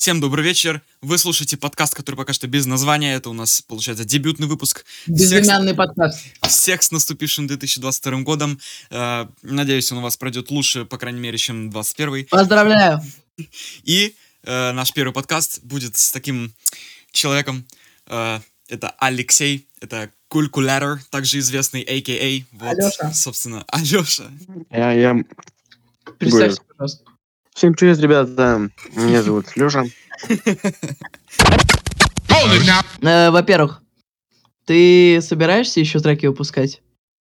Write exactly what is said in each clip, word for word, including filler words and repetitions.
Всем добрый вечер. Вы слушаете подкаст, который пока что без названия. Это у нас, получается, дебютный выпуск. Всех, с- Безымянный подкаст. всех с наступившим две тысячи двадцать вторым годом. Э, Надеюсь, он у вас пройдет лучше, по крайней мере, чем двадцать первый. Поздравляю. И э, наш первый подкаст будет с таким человеком. Э, это Алексей. Это Кулькулятор, также известный, а ка а. Вот, Алёша. собственно, Алёша. Я, я... Представься, пожалуйста. Всем привет, ребята. Меня зовут Лёша. Э, Во-первых, ты собираешься еще треки выпускать?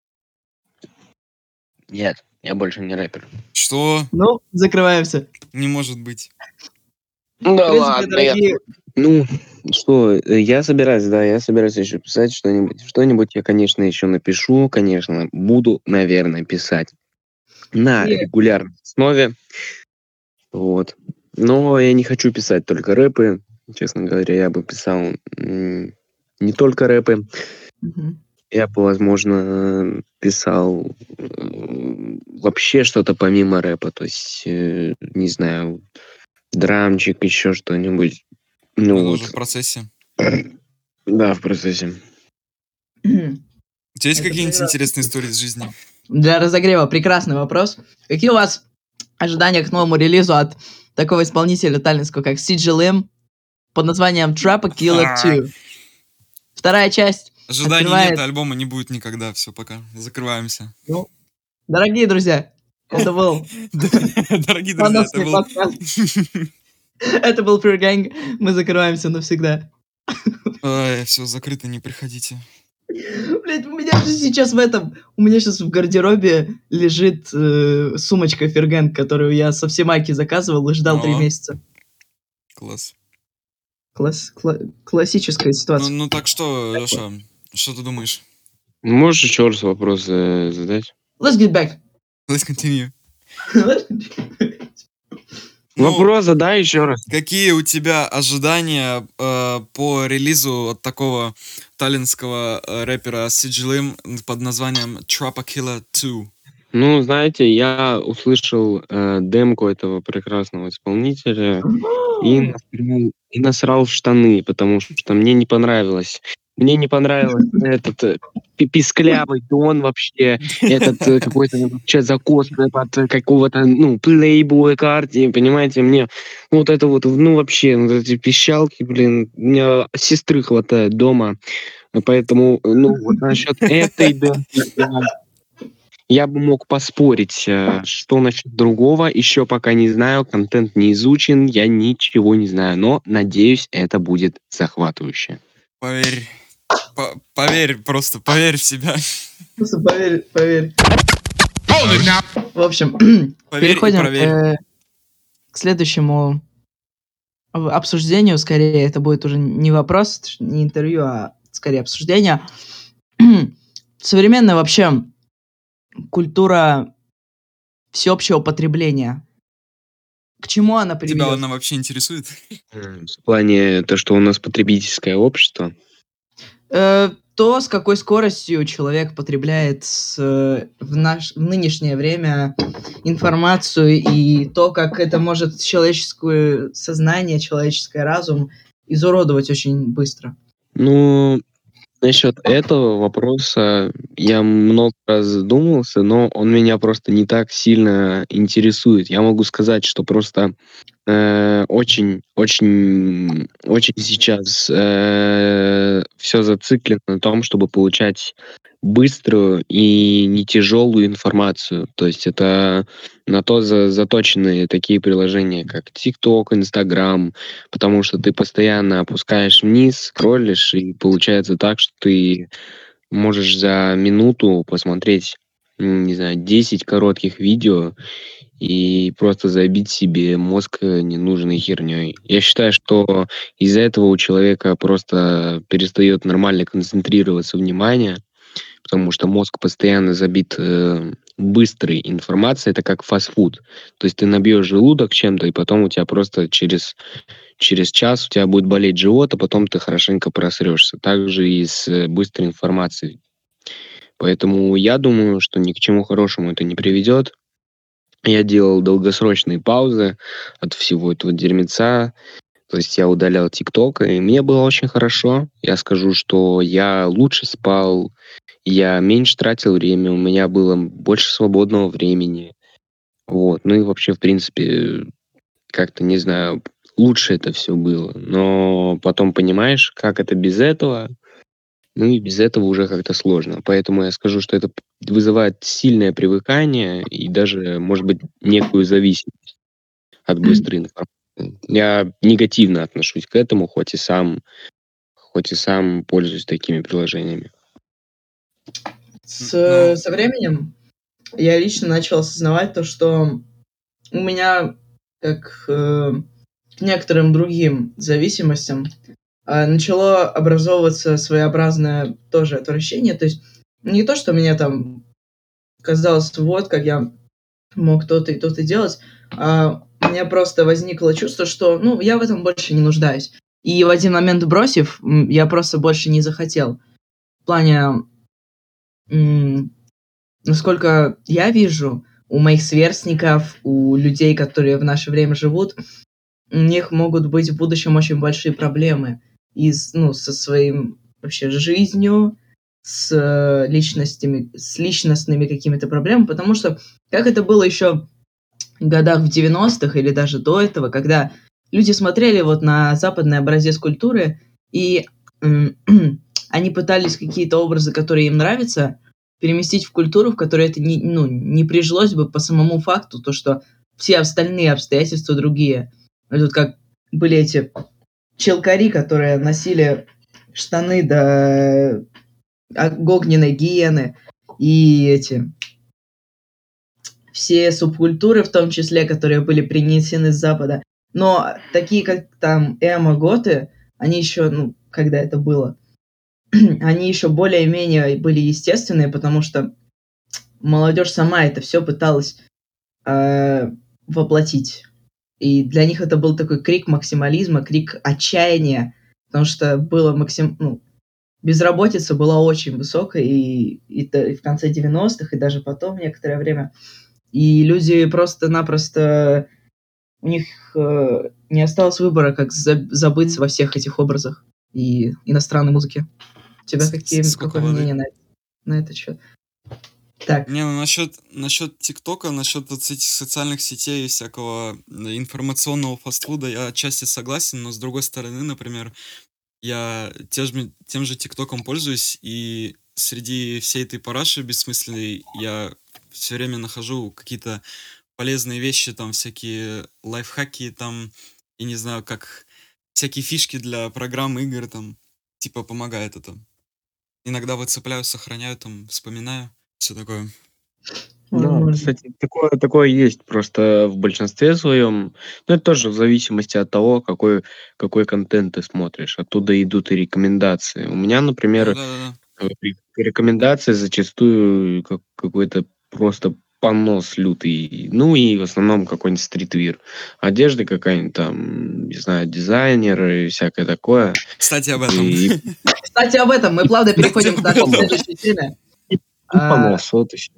Нет, я больше не рэпер. Что? Ну, закрываемся. Не может быть. Ну В да принципе, ладно, я... дорогие... Ну, что, э, я собираюсь, да, я собираюсь еще писать что-нибудь. Что-нибудь я, конечно, еще напишу, конечно, буду, наверное, писать на Нет. регулярной основе. Вот. Но я не хочу писать только рэпы. Честно говоря, я бы писал м, не только рэпы. Мгм. Я бы, возможно, писал м, вообще что-то помимо рэпа. То есть, э, не знаю, драмчик, еще что-нибудь. Ну Это вот. уже в процессе. Да, в процессе. У тебя есть Это какие-нибудь прекрасно. интересные истории из жизни? Для разогрева прекрасный вопрос. Какие у вас ожидания к новому релизу от такого исполнителя таллинского, как си джи Lim, под названием Trap a Killer два? Вторая часть Ожиданий открывает... нет, альбома не будет никогда. Все, пока. Закрываемся. Ну, дорогие друзья, это был Дорогие друзья, это бонусный был... подкаст. Это был Pure Gang. Мы закрываемся навсегда. Все, закрыто, не приходите. Блять, у меня же сейчас в этом... У меня сейчас в гардеробе лежит э, сумочка Ферген, которую я со всемайки заказывал и ждал три О. месяца. Класс. Класс, кла- классическая Ну, ситуация. ну так что, Леша, что ты думаешь? Можешь еще раз вопрос э, задать? Let's get back. Let's continue. Ну, Вопрос задай еще раз. какие у тебя ожидания э, по релизу от такого таллинского э, рэпера си джи Lim под названием Trap a Killer два? Ну, знаете, я услышал э, демку этого прекрасного исполнителя и насрал, и насрал в штаны, потому что мне не понравилось. Мне не понравился этот э, пи- писклявый тон вообще, этот э, какой-то вообще закос под э, какого-то, ну, плейбой карте, понимаете, мне ну, вот это вот, ну, вообще, вот эти пищалки, блин, у меня сестры хватает дома, поэтому, ну, вот насчет этой демки я я бы мог поспорить, э, что насчет другого, еще пока не знаю, контент не изучен, я ничего не знаю, но надеюсь, это будет захватывающе. Поверь. По- поверь, просто поверь в себя. Просто поверь, поверь. В общем, Поверь и переходим проверь. э, к следующему в- обсуждению. Скорее, это будет уже не вопрос, не интервью, а скорее обсуждение. Современная вообще культура всеобщего потребления. К чему она Тебя приведет? она вообще интересует? М, В плане то, что у нас потребительское общество. Э, то, с какой скоростью человек потребляет с, э, в, наш, в нынешнее время информацию и то, как это может человеческое сознание, человеческий разум изуродовать очень быстро. Ну, насчет этого вопроса я много раз задумывался, но он меня просто не так сильно интересует. Я могу сказать, что просто э, очень, очень, очень сейчас все зациклено на том, чтобы получать быструю и не тяжелую информацию. То есть это на то за- заточены такие приложения, как TikTok, Instagram, потому что ты постоянно опускаешь вниз, скроллишь, и получается так, что ты можешь за минуту посмотреть, м, не знаю, десять коротких видео и просто забить себе мозг э, ненужной херней. Я считаю, что из-за этого у человека просто перестает нормально концентрироваться внимание, потому что мозг постоянно забит э, быстрой информацией, это как фастфуд. То есть ты набьешь желудок чем-то, и потом у тебя просто через, через час у тебя будет болеть живот, а потом ты хорошенько просрешься. Также и с э, быстрой информацией. Поэтому я думаю, что ни к чему хорошему это не приведет. Я делал долгосрочные паузы от всего этого дерьмеца. То есть я удалял ТикТок, и мне было очень хорошо. Я скажу, что я лучше спал, я меньше тратил время, у меня было больше свободного времени. Вот. Ну и вообще, в принципе, как-то, не знаю, лучше это все было. Но потом понимаешь, как это без этого, ну и без этого уже как-то сложно. Поэтому я скажу, что это п- вызывает сильное привыкание и даже, может быть, некую зависимость от быстрой информации. Я негативно отношусь к этому, хоть и сам, хоть и сам пользуюсь такими приложениями. Н- С, Ну, со временем я лично начал осознавать то, что у меня, как э, к некоторым другим зависимостям, э, начало образовываться своеобразное тоже отвращение. То есть не то, что мне там казалось, вот как я мог то-то и то-то делать, а у меня просто возникло чувство, что, ну, я в этом больше не нуждаюсь. И в один момент бросив, м, я просто больше не захотел. В плане, м, насколько я вижу, у моих сверстников, у людей, которые в наше время живут, у них могут быть в будущем очень большие проблемы из, ну, со своим вообще жизнью, с э, личностями, с личностными какими-то проблемами, потому что как это было еще в годах в девяностых или даже до этого, когда люди смотрели вот на западный образец культуры, и м, они пытались какие-то образы, которые им нравятся, переместить в культуру, в которой это не, ну, не прижилось бы по самому факту, то, что все остальные обстоятельства другие. Вот тут как были эти челкари, которые носили штаны до э, огненной гиены, и эти все субкультуры, в том числе, которые были принесены с Запада. Но такие, как там эмо-готы, они еще, ну, когда это было, они еще более-менее были естественные, потому что молодежь сама это все пыталась э, воплотить. И для них это был такой крик максимализма, крик отчаяния, потому что было максим... ну, безработица была очень высокой и, и, т- и в конце девяностых, и даже потом некоторое время. И люди просто-напросто... У них э, не осталось выбора, как за- забыться во всех этих образах и иностранной музыке. У тебя с- с- какие, сколько какое воды. мнение на, на этот счет? Так, Не, ну насчет, насчет ТикТока, насчет вот этих социальных сетей и всякого м, информационного фастфуда я отчасти согласен, но с другой стороны, например, я тем же, тем же ТикТоком пользуюсь, и среди всей этой параши бессмысленной я все время нахожу какие-то полезные вещи, там всякие лайфхаки, там, и не знаю, как всякие фишки для программ, игр, там, типа помогает это. Иногда выцепляю, сохраняю, там, вспоминаю, все такое. Да, возможно. кстати, такое, такое есть просто в большинстве своем. Но это тоже в зависимости от того, какой, какой контент ты смотришь. Оттуда идут и рекомендации. У меня, Ну например, да-да-да. э, ре- рекомендации зачастую как, какой-то просто понос лютый. Ну и в основном какой-нибудь стритвир. Одежда какая-нибудь там, не знаю, дизайнеры и всякое такое. Кстати, об этом. И, Кстати, об этом мы плавно Кстати, переходим к об нашей этом. следующей теме. и, и А, понос, вот и всё.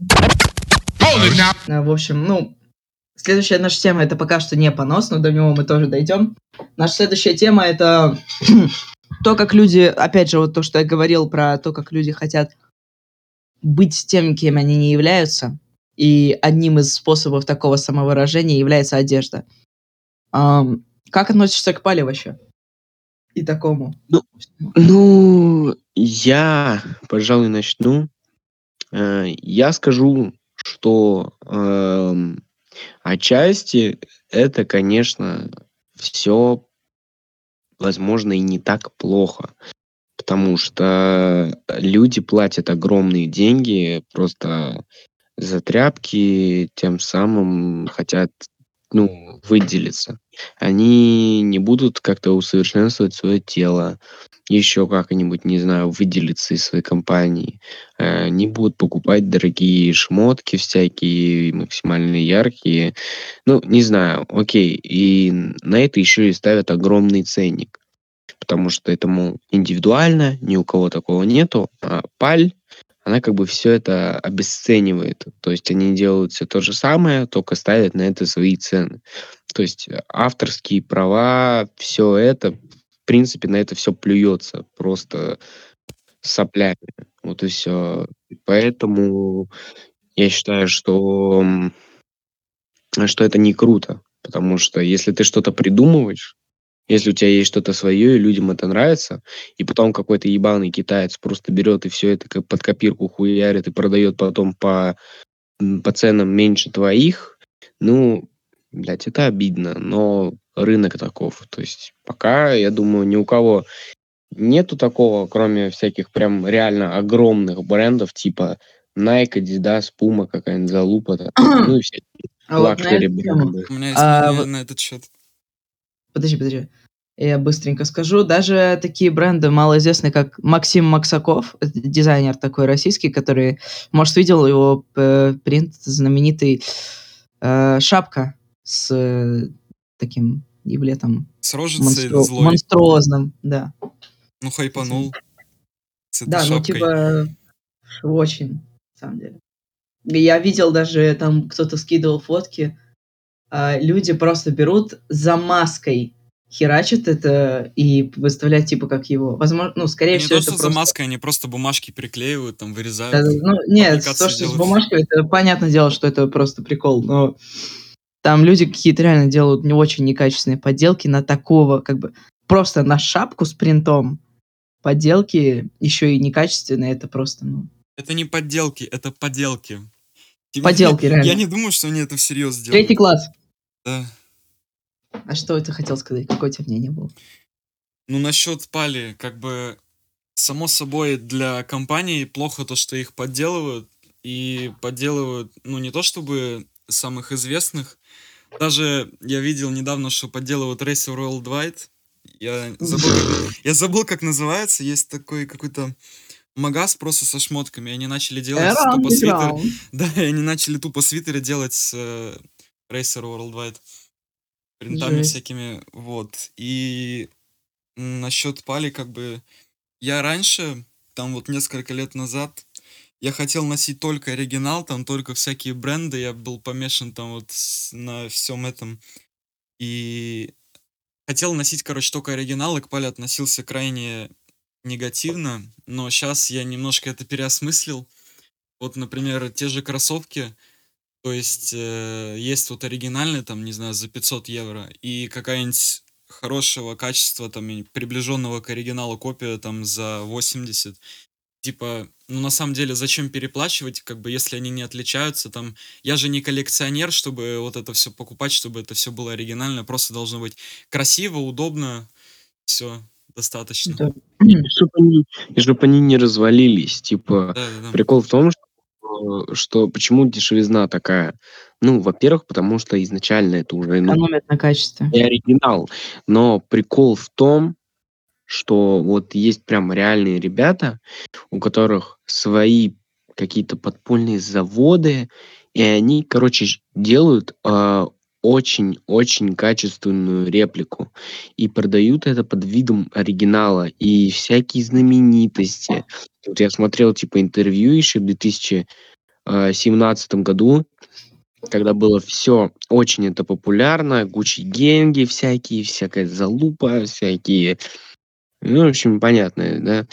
а, в общем, ну, следующая наша тема это пока что не понос, но до него мы тоже дойдем. Наша следующая тема это то, как люди, опять же, вот то, что я говорил про то, как люди хотят быть тем, кем они не являются. И одним из способов такого самовыражения является одежда. Ам, как относишься к пале вообще? И такому Ну, всему? ну, я, пожалуй, начну. Э, я скажу, что, эм, отчасти это, конечно, все, возможно, и не так плохо, потому что люди платят огромные деньги просто за тряпки, тем самым хотят, ну, выделиться. Они не будут как-то усовершенствовать свое тело, еще как-нибудь, не знаю, выделиться из своей компании. Э, не будут покупать дорогие шмотки всякие, максимально яркие. Ну, не знаю, окей. И на это еще и ставят огромный ценник, потому что это, мол, индивидуально, ни у кого такого нету. А паль она как бы все это обесценивает. То есть они делают все то же самое, только ставят на это свои цены. То есть э, авторские права, все это, в принципе, на это все плюется просто соплями. Вот и все. Поэтому я считаю, что, м, что это не круто. Потому что если ты что-то придумываешь, если у тебя есть что-то свое, и людям это нравится, и потом какой-то ебаный китаец просто берет и все это как под копирку хуярит и продает потом по, м, по ценам меньше твоих, ну, блядь, это обидно, но рынок таков. То есть пока, я думаю, ни у кого нету такого, кроме всяких прям реально огромных брендов, типа Nike, Adidas, Puma какая-нибудь залупа, там, ну и все А вот на лакшери эту тему, бренды. У меня есть а, мнение вот на этот счет. подожди, подожди, я быстренько скажу. Даже такие бренды малоизвестные, как Максим Максаков, это дизайнер такой российский, который, может, видел его э, принт знаменитый, э, шапка с э, таким еблетом С рожицей монстро- злой. монструозным, да. Ну, с этим. хайпанул с этой Да, ну шапкой. типа очень, на самом деле. И я видел даже, там кто-то скидывал фотки, а, люди просто берут за маской, херачат это и выставляют типа как его. Возможно, ну, скорее Ну, не всего, то, это что за просто... маской, они просто бумажки приклеивают, там, Да, вырезают, да, ну, нет, то, публикации что с делают. бумажкой, это понятное дело, что это просто прикол, но там люди какие-то реально делают не очень некачественные подделки на такого, как бы, просто на шапку с принтом. Подделки еще и некачественные, это просто, ну, Это не подделки, это поделки. Типа, поделки, Я реально. не думаю, что они это всерьез Третий делают. класс. Да. А что ты хотел сказать? Какое у тебя мнение было? Ну, насчет пали, как бы, само собой, для компаний плохо то, что их подделывают. И подделывают, ну, не то чтобы самых известных. Даже я видел недавно, что подделывают Racer Worldwide. Я забыл, как, я забыл, как называется. Есть такой какой-то магаз просто со шмотками. Они начали делать Era тупо свитеры. Underground. Да, и они начали тупо свитеры делать с э, Racer Worldwide. Принтами Жесть. всякими. Вот. И м, насчет пали, как бы... Я раньше, там вот несколько лет назад, я хотел носить только оригинал, там только всякие бренды. Я был помешан там вот с- на всем этом. И хотел носить, короче, только оригинал, и к пали относился крайне негативно. Но сейчас я немножко это переосмыслил. Вот, например, те же кроссовки, то есть э, есть вот оригинальные, там, не знаю, за пятьсот евро, и какая-нибудь хорошего качества, там, и приближенного к оригиналу копия, там, за восемьдесят. Типа, ну, на самом деле, зачем переплачивать, как бы, если они не отличаются, там, я же не коллекционер, чтобы вот это все покупать, чтобы это все было оригинально, просто должно быть красиво, удобно, все, достаточно. Да. И чтоб они, и чтоб они не развалились. Типа, Да-да-да. прикол в том, что, что почему дешевизна такая? Ну, во-первых, потому что изначально это уже, ну, Экономят на качестве. не оригинал. Но прикол в том, что вот есть прям реальные ребята, у которых свои какие-то подпольные заводы, и они, короче, ж- делают а, очень-очень качественную реплику и продают это под видом оригинала. И всякие знаменитости. Вот я смотрел типа интервью еще в две тысячи семнадцатом году, когда было все очень это популярно, Гуччи генги всякие, всякая залупа, всякие, ну, в общем, понятно, да.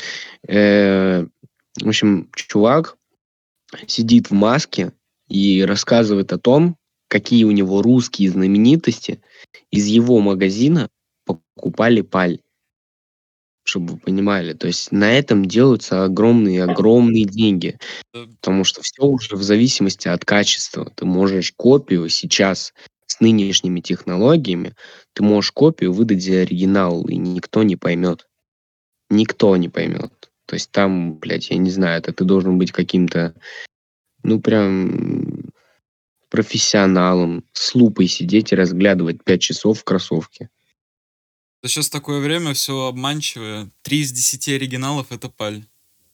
Э, в общем, чувак сидит в маске и рассказывает о том, какие у него русские знаменитости из его магазина покупали паль, чтобы вы понимали. То есть на этом делаются огромные-огромные деньги, Да. потому что все уже в зависимости от качества. Ты можешь копию сейчас с нынешними технологиями, ты можешь копию выдать за оригинал, и никто не поймет. Никто не поймет. То есть там, блядь, я не знаю, это ты должен быть каким-то, ну, прям профессионалом, с лупой сидеть и разглядывать пять часов в кроссовке. Да сейчас такое время, все обманчивое. Три из десяти оригиналов — это паль.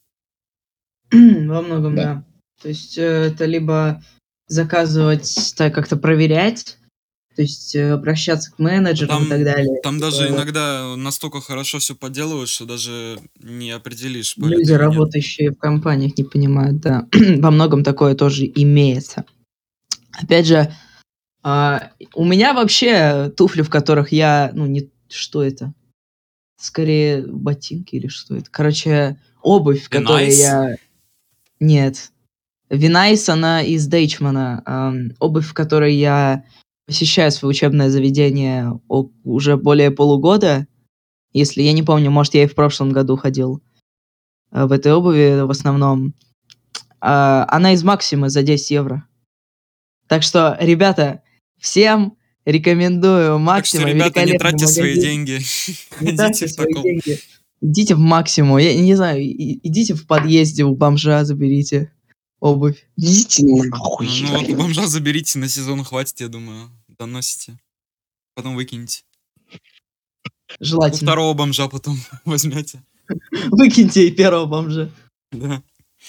Во многом, Да. да. То есть э, это либо заказывать, так как-то проверять, то есть э, обращаться к Да менеджерам и так там, далее. там даже Типа, иногда настолько хорошо все поделывают, что даже не определишь, палят люди, или нет. работающие в компаниях, не понимают, да. Во многом такое тоже имеется. Опять же, а, у меня вообще туфли, в которых я, ну, не, что это? Скорее ботинки или что это? Короче, обувь, в которой Винайс? я... Нет. Винайс, она из Дейчмана. ам, обувь, в которой я посещаю свое учебное заведение о- уже более полугода. Если я не помню, может, я и в прошлом году ходил э, в этой обуви в основном. А, она из Максимы за десять евро. Так что, ребята, всем рекомендую Так что, Максима, ребята, не великолепный тратьте свои магазин. деньги. Не Ходите тратьте в свои таком. деньги. Идите в Максиму. Я не знаю, и- идите в подъезде у бомжа, заберите обувь. Идите нахуй. Ну, ну вот у бомжа заберите, на сезон хватит, я думаю. Доносите. Потом выкинете. У Желательно. второго бомжа потом возьмете. Выкиньте и первого бомжа. Да.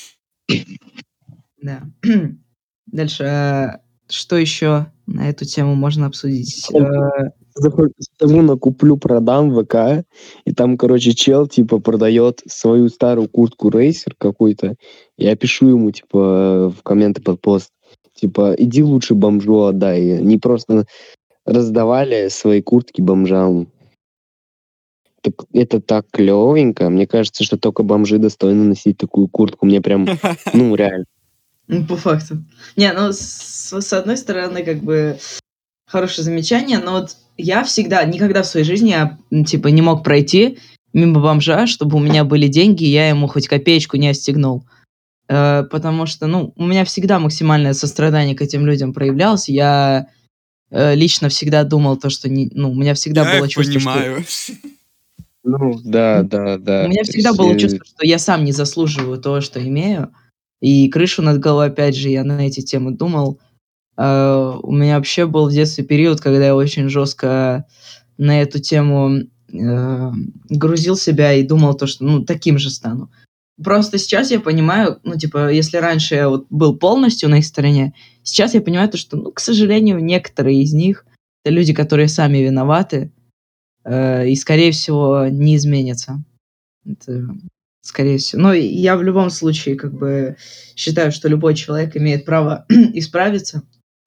Да. Дальше. э, Что еще на эту тему можно обсудить? Э, Захожу на куплю-продам ВК, и там, короче, чел, типа, продает свою старую куртку Рейсер какой-то. Я пишу ему, типа, в комменты под пост, типа, иди лучше бомжу отдай. Они просто раздавали свои куртки бомжам. Так, это так клевенько. Мне кажется, что только бомжи достойны носить такую куртку. Мне прям, ну, реально. Ну, по факту. Не, ну, с, с одной стороны, как бы, хорошее замечание, но вот я всегда, никогда в своей жизни я, м, типа, не мог пройти мимо бомжа, чтобы у меня были деньги, и я ему хоть копеечку не отстегнул. Э, потому что, ну, у меня всегда максимальное сострадание к этим людям проявлялось. Я э, лично всегда думал то, что, не, ну, у меня всегда Я было их чувство, что... понимаю. Ну, да, м, да, У да. меня То всегда есть, было э, чувство, что я сам не заслуживаю то, что имею. И крышу над головой, опять же, я на эти темы думал. Э, у меня вообще был в детстве период, когда я очень жестко на эту тему э, грузил себя и думал то, что, ну, таким же стану. Просто сейчас я понимаю, ну, типа, если раньше я вот был полностью на их стороне, сейчас я понимаю то, что, ну, к сожалению, некоторые из них это люди, которые сами виноваты, э, и, скорее всего, не изменятся. Это, скорее всего. Но я в любом случае, как бы, считаю, что любой человек имеет право исправиться,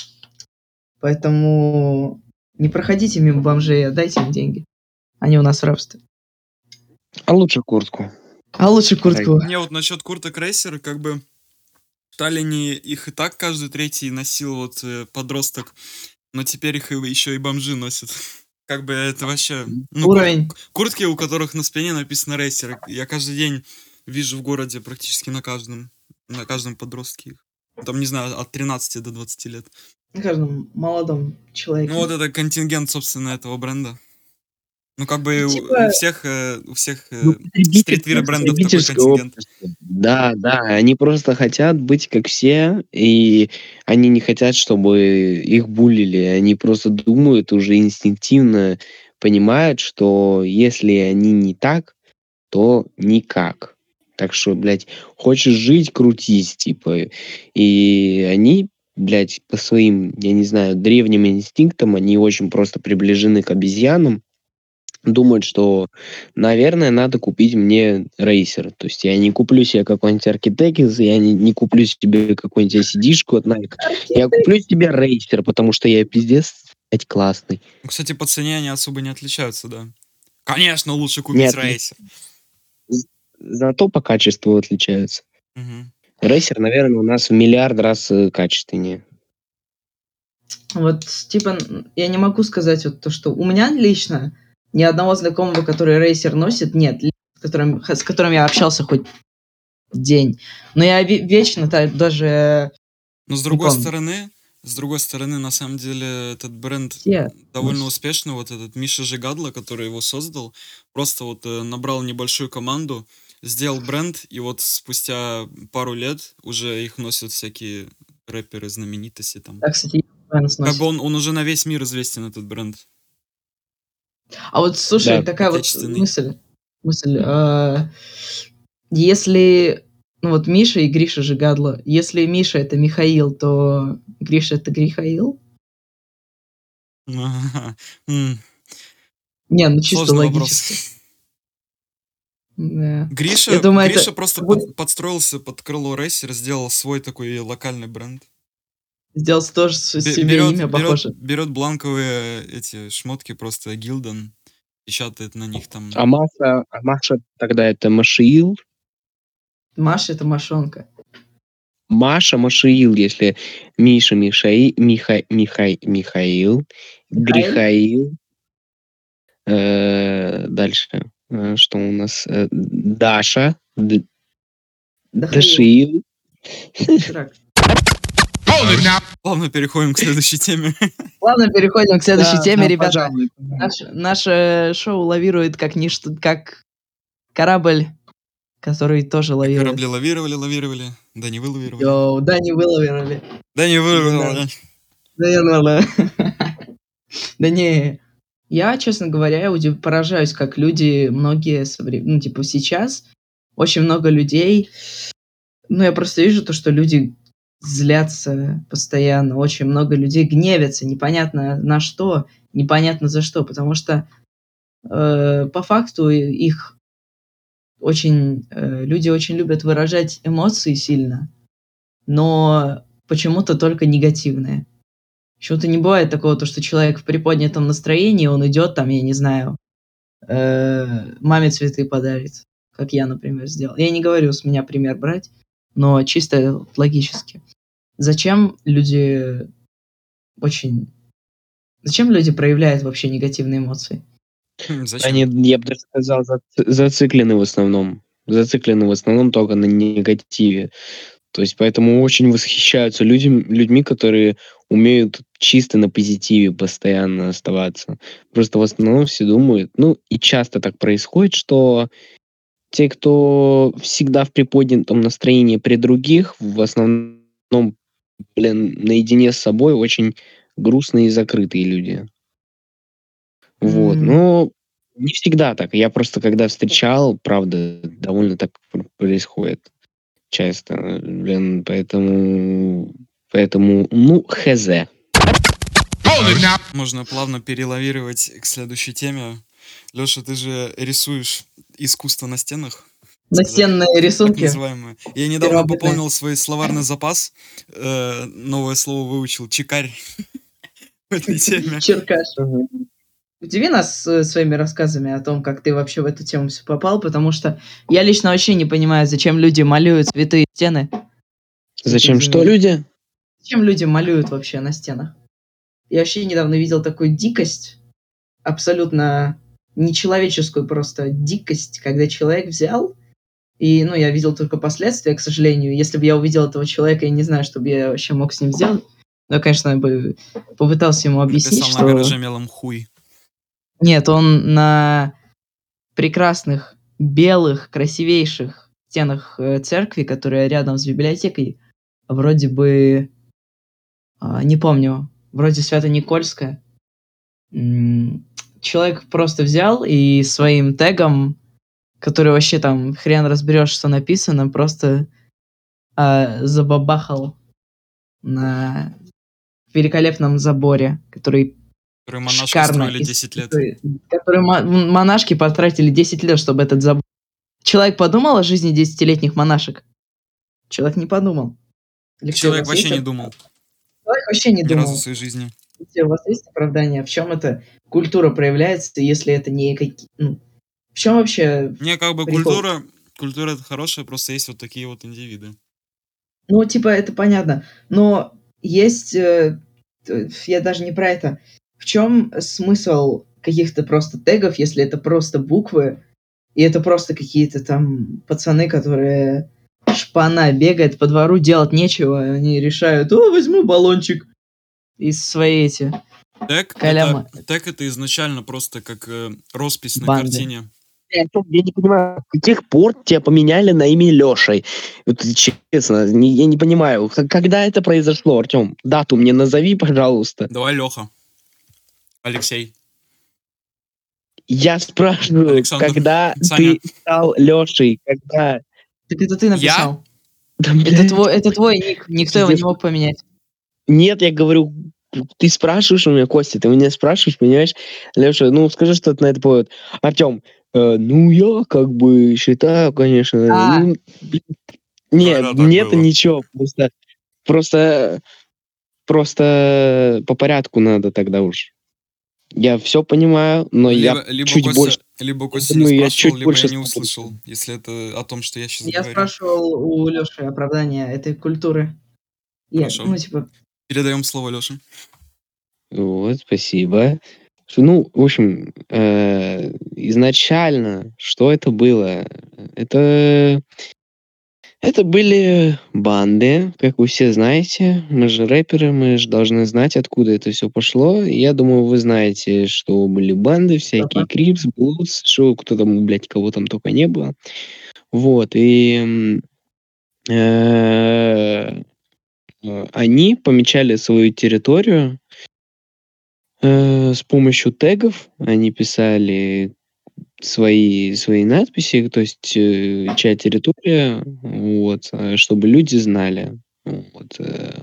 поэтому не проходите мимо бомжей, а дайте им деньги. Они у нас в рабстве. а лучше куртку. А лучше куртку. Не, вот насчет курток Рейсер, как бы в Таллине их и так каждый третий носил вот э, подросток, но теперь их и- еще и бомжи носят. Как бы это вообще... Ну, кур- Уровень. куртки, у которых на спине написано Рейсер. Я каждый день вижу в городе практически на каждом, на каждом подростке их. Там, не знаю, от тринадцати до двадцати лет. На каждом молодом человеке. Ну, вот это контингент, собственно, этого бренда. Ну, как бы Ну, у, типа, у всех, э, у всех Ну, э, потребитель- стритвир брендов такой потребительское контингент. общество. Да, да, они просто хотят быть как все, и они не хотят, чтобы их буллили. Они просто думают уже инстинктивно, понимают, что если они не так, то никак. Так что, блядь, хочешь жить, крутись, типа. И они, блядь, по своим, я не знаю, древним инстинктам, они очень просто приближены к обезьянам, думают, что, наверное, надо купить мне рейсер. То есть я не куплю себе какой-нибудь Architects, я не, не куплю себе какую-нибудь эй си ди-шку от Nike. Я куплю себе рейсер, потому что я пиздец, блядь, классный. Ну, кстати, по цене они особо не отличаются, да. Конечно, лучше купить Нет, рейсер. з- зато по качеству отличаются. Мгм. Рейсер, наверное, у нас в миллиард раз э, качественнее. вот, типа, н- я не могу сказать вот то, что у меня лично ни одного знакомого, который рейсер носит, нет, ли- с которым, х- с которым я общался хоть день. Но я ве- вечно та- даже Но с не другой помню. стороны, с другой стороны, на самом деле, этот бренд Все довольно носят. успешный. Вот этот Миша Жигадло, который его создал, просто вот э, набрал небольшую команду, сделал бренд, и вот спустя пару лет уже их носят всякие рэперы, знаменитости там. Да, кстати, Вэнс Как бы носит. он, он уже на весь мир известен, этот бренд. А вот, слушай, Да. такая вот Отечественный. мысль. Мысль. а, Если, ну вот Миша и Гриша Жигадло, если Миша это Михаил, то Гриша это Грихаил? Ага. М, Не, ну чисто Сложный вопрос. логически. Да. Я Гриша, думаю, это Гриша просто будет под- подстроился под крыло Рейсер, сделал свой такой локальный бренд. сделать тоже с- Бе- себе Берет, имя берет, похоже. берет бланковые эти шмотки, просто Гилден, печатает на них там. А Маша, а Маша тогда это Машиил? Маша это мошонка. Маша Машиил, если Миша Мишаи, Миха, Михай, Михаил, Михаил? Грихаил. Э, дальше. Э, что у нас? Э, Даша. Д- Дахаил. Дашиил. Чурак. Плавно переходим к следующей теме. Ладно, переходим к следующей Да, теме, да, ребята. пожалуй. Наш- наше шоу лавирует как ничто, как корабль, который тоже лавирует. Корабли лавировали, лавировали. Да не вы лавировали. Йоу, да, не вы лавировали. Да не вы Именно. лавировали. Да не надо. Да не. Я, честно говоря, я удив- поражаюсь, как люди, многие, совре- ну, типа, сейчас очень много людей, ну, я просто вижу то, что люди злятся постоянно, очень много людей гневятся, непонятно на что, непонятно за что, потому что э, по факту их очень, э, люди очень любят выражать эмоции сильно, но почему-то только негативные. Почему-то не бывает такого, то, что человек в приподнятом настроении, он идет там, я не знаю, э, маме цветы подарит, как я, например, сделал. Я не говорю с меня пример брать, но чисто логически. Зачем люди очень... Зачем люди проявляют вообще негативные эмоции? Хм, Зачем? Они, я бы даже сказал, зац- зациклены в основном. Зациклены в основном только на негативе. То есть поэтому очень восхищаются людям, людьми, которые умеют чисто на позитиве постоянно оставаться. Просто в основном все думают, ну и часто так происходит, что те, кто всегда в приподнятом настроении при других, в основном, блин, наедине с собой очень грустные и закрытые люди. Вот, М, но не всегда так. Я просто когда встречал, правда, довольно так пр- происходит часто, э, блин, поэтому, поэтому, ну, хз. Можно плавно перелавировать к следующей теме. Леша, ты же рисуешь искусство на стенах, Настенные так рисунки называемые. Я недавно первобытные. пополнил свой словарный запас. э, Новое слово выучил. Чикарь в этой теме. Черкаш. Удиви нас э, своими рассказами о том, как ты вообще в эту тему все попал, потому что я лично вообще не понимаю, зачем люди малюют цветы и стены. Зачем что, земель. люди? Зачем люди малюют вообще на стенах? Я вообще недавно видел такую дикость, абсолютно нечеловеческую просто дикость, когда человек взял, и, ну, я видел только последствия, к сожалению. Если бы я увидел этого человека, я не знаю, что бы я вообще мог с ним сделать. Но, конечно, я бы попытался ему объяснить, Написал на что... гараже мелом хуй. Нет, он на прекрасных, белых, красивейших стенах э, церкви, которая рядом с библиотекой, вроде бы, а, не помню, вроде Свято-Никольская, м, человек просто взял и своим тегом, который вообще там хрен разберешь, что написано, просто а, забабахал на великолепном заборе, который Который монашки шикарно, строили ис- десять лет. который, который мо- монашки потратили десять лет, чтобы этот забор. Человек подумал о жизни десятилетних монашек? Человек не подумал. Алексей, у Человек вас вообще есть не оп- думал Человек вообще не ни разу в думал. своей жизни. Алексей, у вас есть оправдание? В чем эта культура проявляется, если это не какие... Ну, в чем вообще Не, как бы прикол? культура, культура это хорошая, просто есть вот такие вот индивиды. Ну, типа, это понятно. Но есть... э, т- я даже не про это. В чем смысл каких-то просто тегов, если это просто буквы, и это просто какие-то там пацаны, которые шпана бегает по двору, делать нечего, они решают, о, возьму баллончик из своей эти Тег это, каляма тег это изначально просто как э, роспись на банды. картине. Я я не понимаю, с каких пор тебя поменяли на имя Лешей? Вот честно, не- я не понимаю, к- когда это произошло, Артем? Дату мне назови, пожалуйста. Давай, Леха. Алексей. Я спрашиваю, Александр. когда Саня. ты стал Лешей, когда... Так это ты Я? написал. Да, Это блядь, твой, это твой ник, никто его пиздец. не мог поменять. Нет, я говорю, ты спрашиваешь у меня, Костя, ты меня спрашиваешь, понимаешь? Леша, ну скажи что-то на это повод. Артем, э, ну я как бы считаю, конечно, А, ну, блин, не, Говорят, так мне-то было. ничего, просто, просто, просто по порядку надо тогда уж. Я все понимаю, но я Либо, либо чуть больше, Костя, либо я Костя не думаю, я спрашивал, чуть либо я больше не с тобой. услышал, если это о том, что я сейчас я говорю. спрашивал у Лёши оправдание этой культуры. Я, Хорошо. ну, типа, Передаем слово Леше. Вот, спасибо. Что, ну, в общем, э, изначально, что это было? Это Это были банды, как вы все знаете. Мы же рэперы, мы же должны знать, откуда это все пошло. И я думаю, вы знаете, что были банды всякие, опа. Крипс, Блудс, что кто там, блядь, кого там только не было. Вот, и м, э, э, они помечали свою территорию э, с помощью тегов. Они писали свои свои надписи, то есть, э, чья территория, вот, э, чтобы люди знали. Вот, э.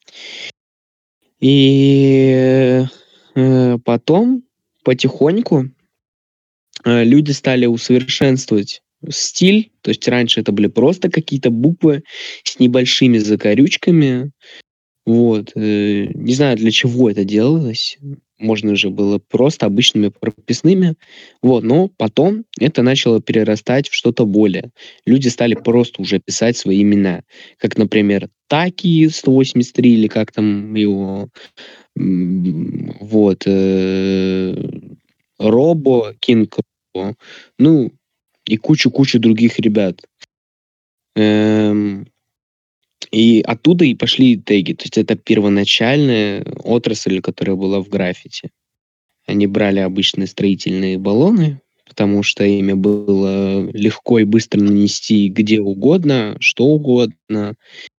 И, э, потом потихоньку, э, люди стали усовершенствовать стиль. То есть раньше это были просто какие-то буквы с небольшими закорючками. Вот, э, не знаю, для чего это делалось. Можно же было просто обычными прописными. Вот, но потом это начало перерастать в что-то более. Люди стали просто уже писать свои имена. Как, например, Таки сто восемьдесят три или как там его, м, вот, э, Робо, Кинг Робо, ну, и кучу-кучу других ребят. Эм, и оттуда и пошли теги. То есть это первоначальная отрасль, которая была в граффити. Они брали обычные строительные баллоны, потому что ими было легко и быстро нанести где угодно, что угодно.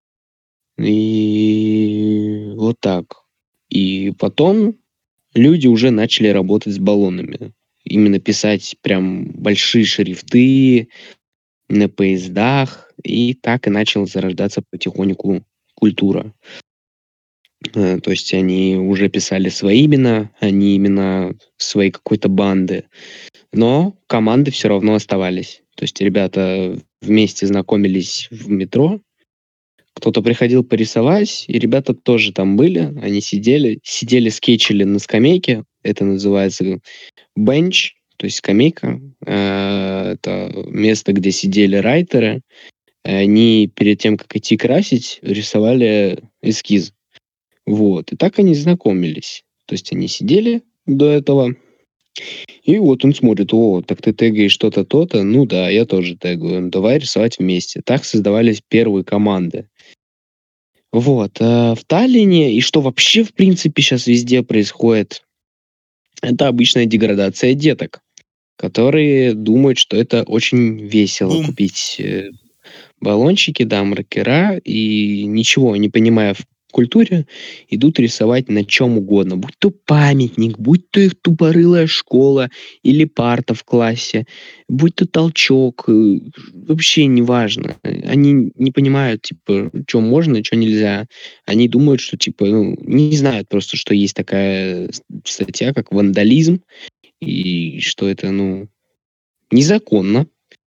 И вот так. И потом люди уже начали работать с баллонами. Именно писать прям большие шрифты на поездах. И так и начала зарождаться потихоньку культура. Э, то есть они уже писали свои имена, а не имена своей какой-то банды. Но команды все равно оставались. То есть ребята вместе знакомились в метро, кто-то приходил порисовать, и ребята тоже там были. Они сидели, сидели, скетчили на скамейке. Это называется бенч, то есть скамейка. Э, Это место, где сидели райтеры. Они перед тем, как идти красить, рисовали эскиз. Вот. И так они знакомились. То есть они сидели до этого, и вот он смотрит: о, так ты тегаешь что-то, то-то. Ну да, я тоже тегаю. Ну, давай рисовать вместе. Так создавались первые команды. Вот. А в Таллине, и что вообще, в принципе, сейчас везде происходит, это обычная деградация деток, которые думают, что это очень весело Бум. купить э, баллончики, да, маркера, и ничего не понимая в культуре, идут рисовать на чем угодно. Будь то памятник, будь то их тупорылая школа или парта в классе, будь то толчок, э, вообще неважно. Э, Они не понимают, типа, что можно, что нельзя. Они думают, что, типа, ну, не знают просто, что есть такая с- статья, как вандализм, и что это, ну, незаконно.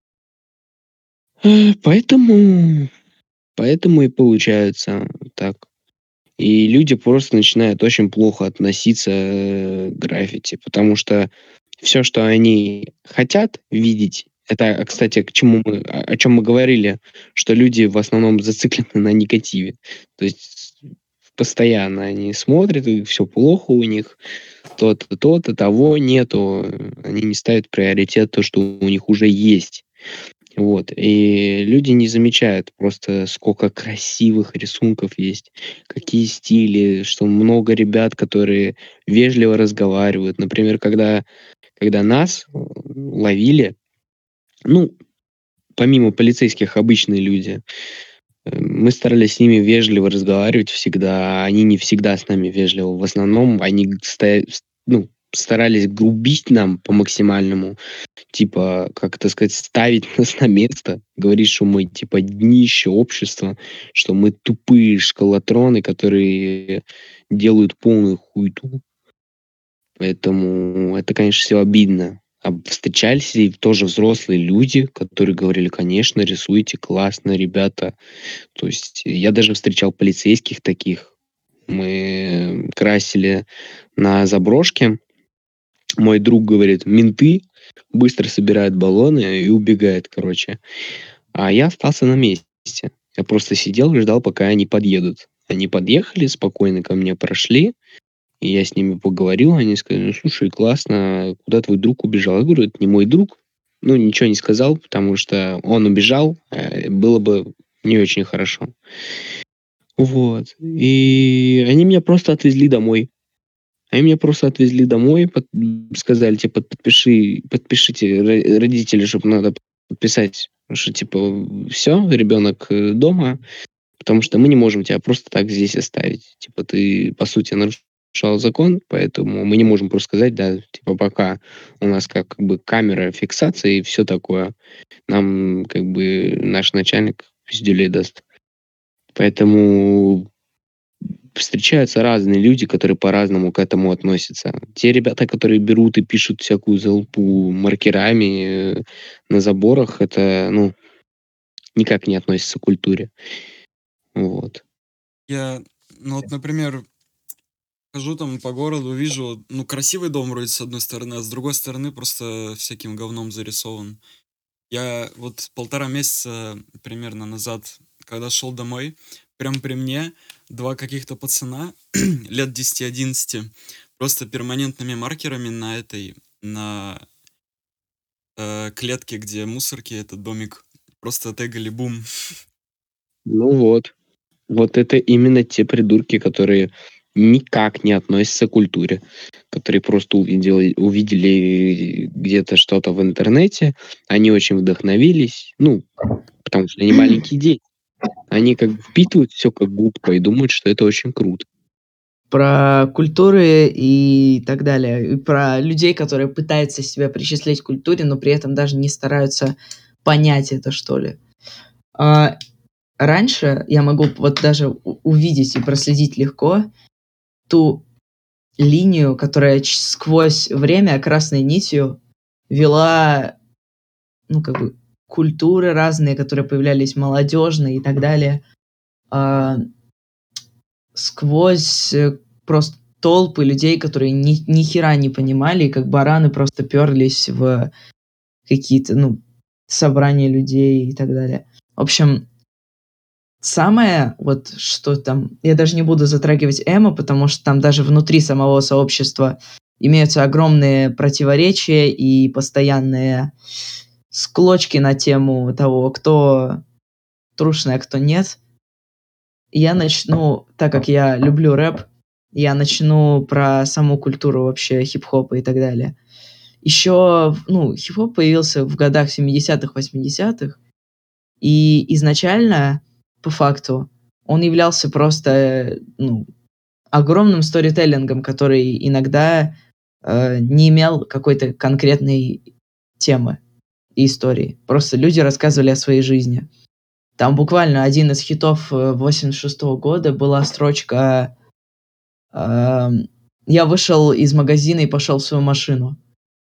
Э, Поэтому Поэтому и получается так. И люди просто начинают очень плохо относиться э, к граффити, потому что все, что они хотят видеть, это, а, кстати, к чему мы, о о чём мы говорили, что люди в основном зациклены на негативе. То есть постоянно они смотрят, и все плохо у них, то-то, то-то, того нету. Они не ставят приоритет то, что у них уже есть. Вот. И люди не замечают просто, сколько красивых рисунков есть, какие стили, что много ребят, которые вежливо разговаривают. Например, когда, когда нас э, ловили, ну, помимо полицейских, обычные люди, э, мы старались с ними вежливо разговаривать всегда, а они не всегда с нами вежливо. В основном они стоя- ну, старались грубить нам по максимальному, типа, как это сказать, ставить нас на место, говорить, что мы, типа, днище общества, что мы тупые школотроны, которые делают полную хуйту. Поэтому это, конечно, все обидно. А встречались и тоже взрослые люди, которые говорили, конечно, рисуете классно, ребята. То есть я даже встречал полицейских таких. Мы красили на заброшке. Мой друг говорит, менты быстро собирают баллоны и убегают, короче. А я остался на месте. Я просто сидел и ждал, пока они подъедут. Они подъехали, спокойно ко мне прошли. И я с ними поговорил, они сказали, ну, слушай, классно, куда твой друг убежал? Я говорю, это не мой друг. Ну, ничего не сказал, потому что он убежал, э, было бы не очень хорошо. Вот. И они меня просто отвезли домой. Они меня просто отвезли домой, под- сказали, типа, подпиши, подпишите ро- родители, чтобы надо подписать, что, типа, все, ребенок э, дома, потому что мы не можем тебя просто так здесь оставить. Типа, ты, по сути, нарушал закон, поэтому мы не можем просто сказать, да, типа, пока у нас как, как бы камера фиксации и все такое, нам, как бы, наш начальник пиздюлей даст. Поэтому встречаются разные люди, которые по-разному к этому относятся. Те ребята, которые берут и пишут всякую залупу маркерами э, на заборах, это, ну, никак не относится к культуре. Вот. Я, ну вот, например, хожу там по городу, вижу, ну, красивый дом вроде с одной стороны, а с другой стороны просто всяким говном зарисован. Я вот полтора месяца примерно назад, когда шел домой, прям при мне два каких-то пацана лет десяти-одиннадцати просто перманентными маркерами на этой, на э, клетке, где мусорки, этот домик, просто тегали бум. Ну вот. Вот это именно те придурки, которые никак не относятся к культуре, которые просто увидели, увидели где-то что-то в интернете, они очень вдохновились, ну, потому что они маленькие дети. Они как бы впитывают все как губка и думают, что это очень круто. Про культуры и так далее. И про людей, которые пытаются себя причислять к культуре, но при этом даже не стараются понять это, что ли. А, раньше я могу вот даже у- увидеть и проследить легко ту линию, которая ч- сквозь время красной нитью вела, ну, как бы, культуры разные, которые появлялись, молодежные и так далее, а, сквозь э, просто толпы людей, которые ни, ни хера не понимали, и как бараны просто перлись в какие-то, ну, собрания людей и так далее. В общем, самое, вот что там, я даже не буду затрагивать эмо, потому что там даже внутри самого сообщества имеются огромные противоречия и постоянные склочки на тему того, кто трушный, а кто нет. Я начну, так как я люблю рэп, я начну про саму культуру вообще хип-хопа и так далее. Еще, ну, хип-хоп появился в годах семидесятых, восьмидесятых, и изначально, по факту, он являлся просто, ну, огромным сторителлингом, который иногда э, не имел какой-то конкретной темы и истории. Просто люди рассказывали о своей жизни. Там буквально один из хитов э, восемьдесят шестого года была строчка эм, «Я вышел из магазина и пошел в свою машину».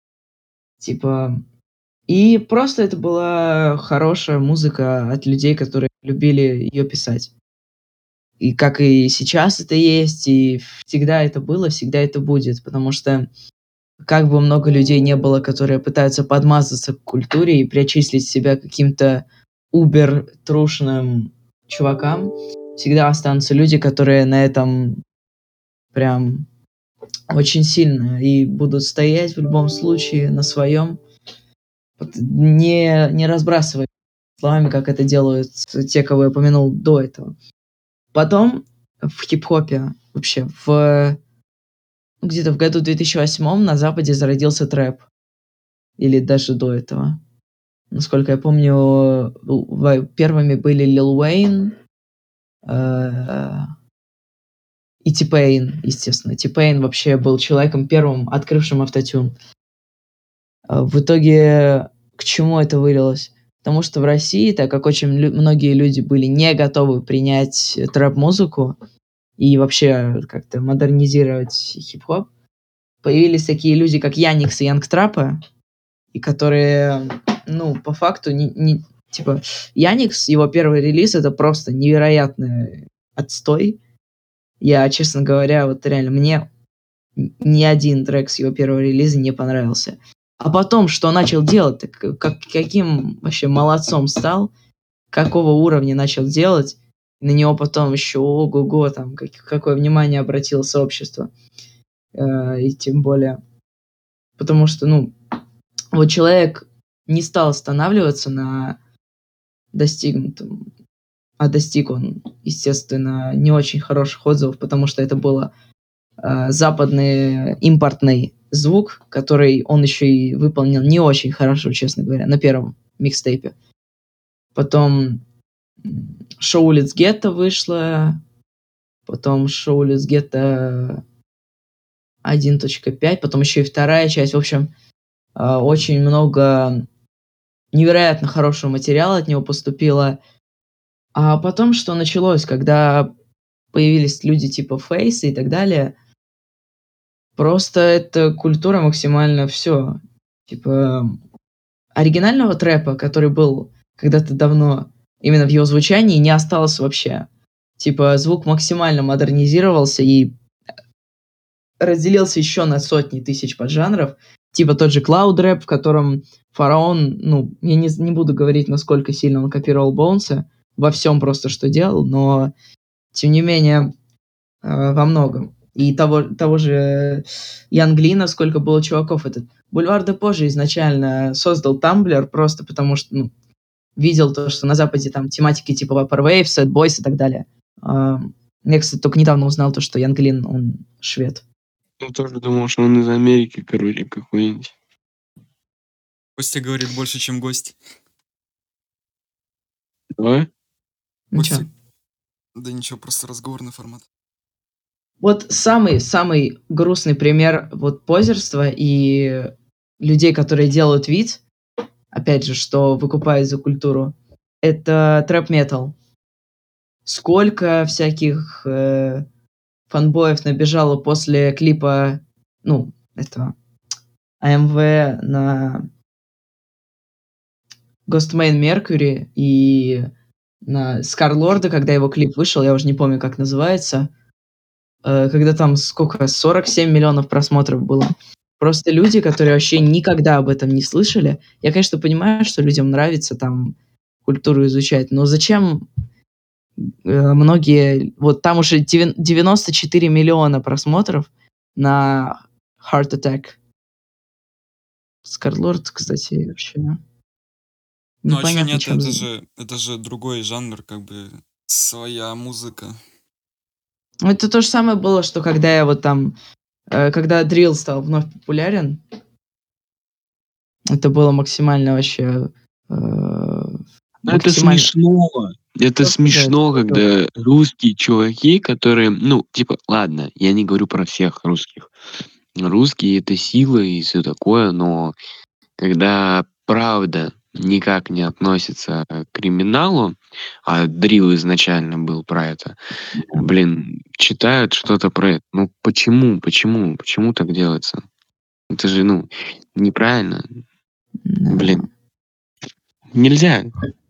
Типа... И просто это была хорошая музыка от людей, которые любили ее писать. И как и сейчас это есть, и всегда это было, всегда это будет. Потому что как бы много людей не было, которые пытаются подмазаться к культуре и причислить себя к каким-то убер-трушным чувакам, всегда останутся люди, которые на этом прям очень сильно и будут стоять в любом случае на своем, вот не, не разбрасывая словами, как это делают те, кого я упомянул до этого. Потом в хип-хопе вообще в ну, где-то в году две тысячи восьмом на Западе зародился трэп. Или даже до этого. Насколько я помню, в- первыми были Lil Wayne, э, и T-Pain, естественно. T-Pain вообще был человеком первым, открывшим автотюн. А В итоге к чему это вылилось? Потому что в России, так как очень лю- многие люди были не готовы принять э, трэп-музыку и вообще как-то модернизировать хип-хоп, появились такие люди, как Яникс и Янг Трапа, и которые, ну, по факту, не, не- типа, Яникс, его первый релиз, это просто невероятный отстой. Я, честно говоря, вот реально, мне н- ни один трек с его первого релиза не понравился. А потом, что начал делать, так как, каким вообще молодцом стал, какого уровня начал делать, на него потом еще ого-го, там, как- какое внимание обратило сообщество. Э, и тем более, потому что, ну, вот человек не стал останавливаться на достигнутом, а достиг он, естественно, не очень хороших отзывов, потому что это было э, западный импортный звук, который он еще и выполнил не очень хорошо, честно говоря, на первом микстейпе. Потом м, шоу улиц Гетто вышло, потом шоу улиц Гетто один точка пять, потом еще и вторая часть. В общем, э, очень много невероятно хорошего материала от него поступило. А потом что началось, когда появились люди типа Фейса и так далее, просто эта культура максимально все. Типа оригинального трэпа, который был когда-то давно, именно в его звучании, не осталось вообще. Типа звук максимально модернизировался и разделился еще на сотни тысяч поджанров. Типа тот же Cloud Rap, в котором Фараон, ну, я не, не буду говорить, насколько сильно он копировал Боунса, во всем просто, что делал, но, тем не менее, э, во многом. И того, того же Янглина, сколько было чуваков. Этот Бульвар де позже изначально создал Tumblr просто потому, что ну, видел то, что на Западе там тематики типа Vaporwave, Sad Boys и так далее. А, Я, кстати, только недавно узнал то, что Янглин, он швед. Я тоже думал, что он из Америки, короче, какой-нибудь. Костя говорит больше, чем гость. Давай? Ну чё? Костя, да ничего, просто разговорный формат. Вот самый-самый грустный пример вот позерства и людей, которые делают вид, опять же, что выкупают за культуру, это трэп-метал. Сколько всяких э, фанбоев набежало после клипа, ну, этого, АМВ на Ghostman Mercury и на Скарлорда, когда его клип вышел, я уже не помню, как называется, э, когда там сколько, сорок семь миллионов просмотров было. Просто люди, которые вообще никогда об этом не слышали. Я, конечно, понимаю, что людям нравится там культуру изучать, но зачем э, многие... Вот там уже девя- девяносто четыре миллиона просмотров на Heart Attack. Скарлорд, кстати, вообще Ну а чё непонятно, нет, чем... это з- же, это же другой жанр, как бы своя музыка. Ну, это то же самое было, что когда я вот там... э, когда дрил стал вновь популярен, это было максимально вообще... э, Ну, это максимально... смешно. Это Просто, да, это смешно, круто. когда русские чуваки, которые, ну, типа, ладно, я не говорю про всех русских. Русские это сила и все такое, но когда правда никак не относится к криминалу, а дрил изначально был про это, блин, читают что-то про это. Ну почему, почему, почему так делается? Это же, ну, неправильно. Да. Блин, нельзя.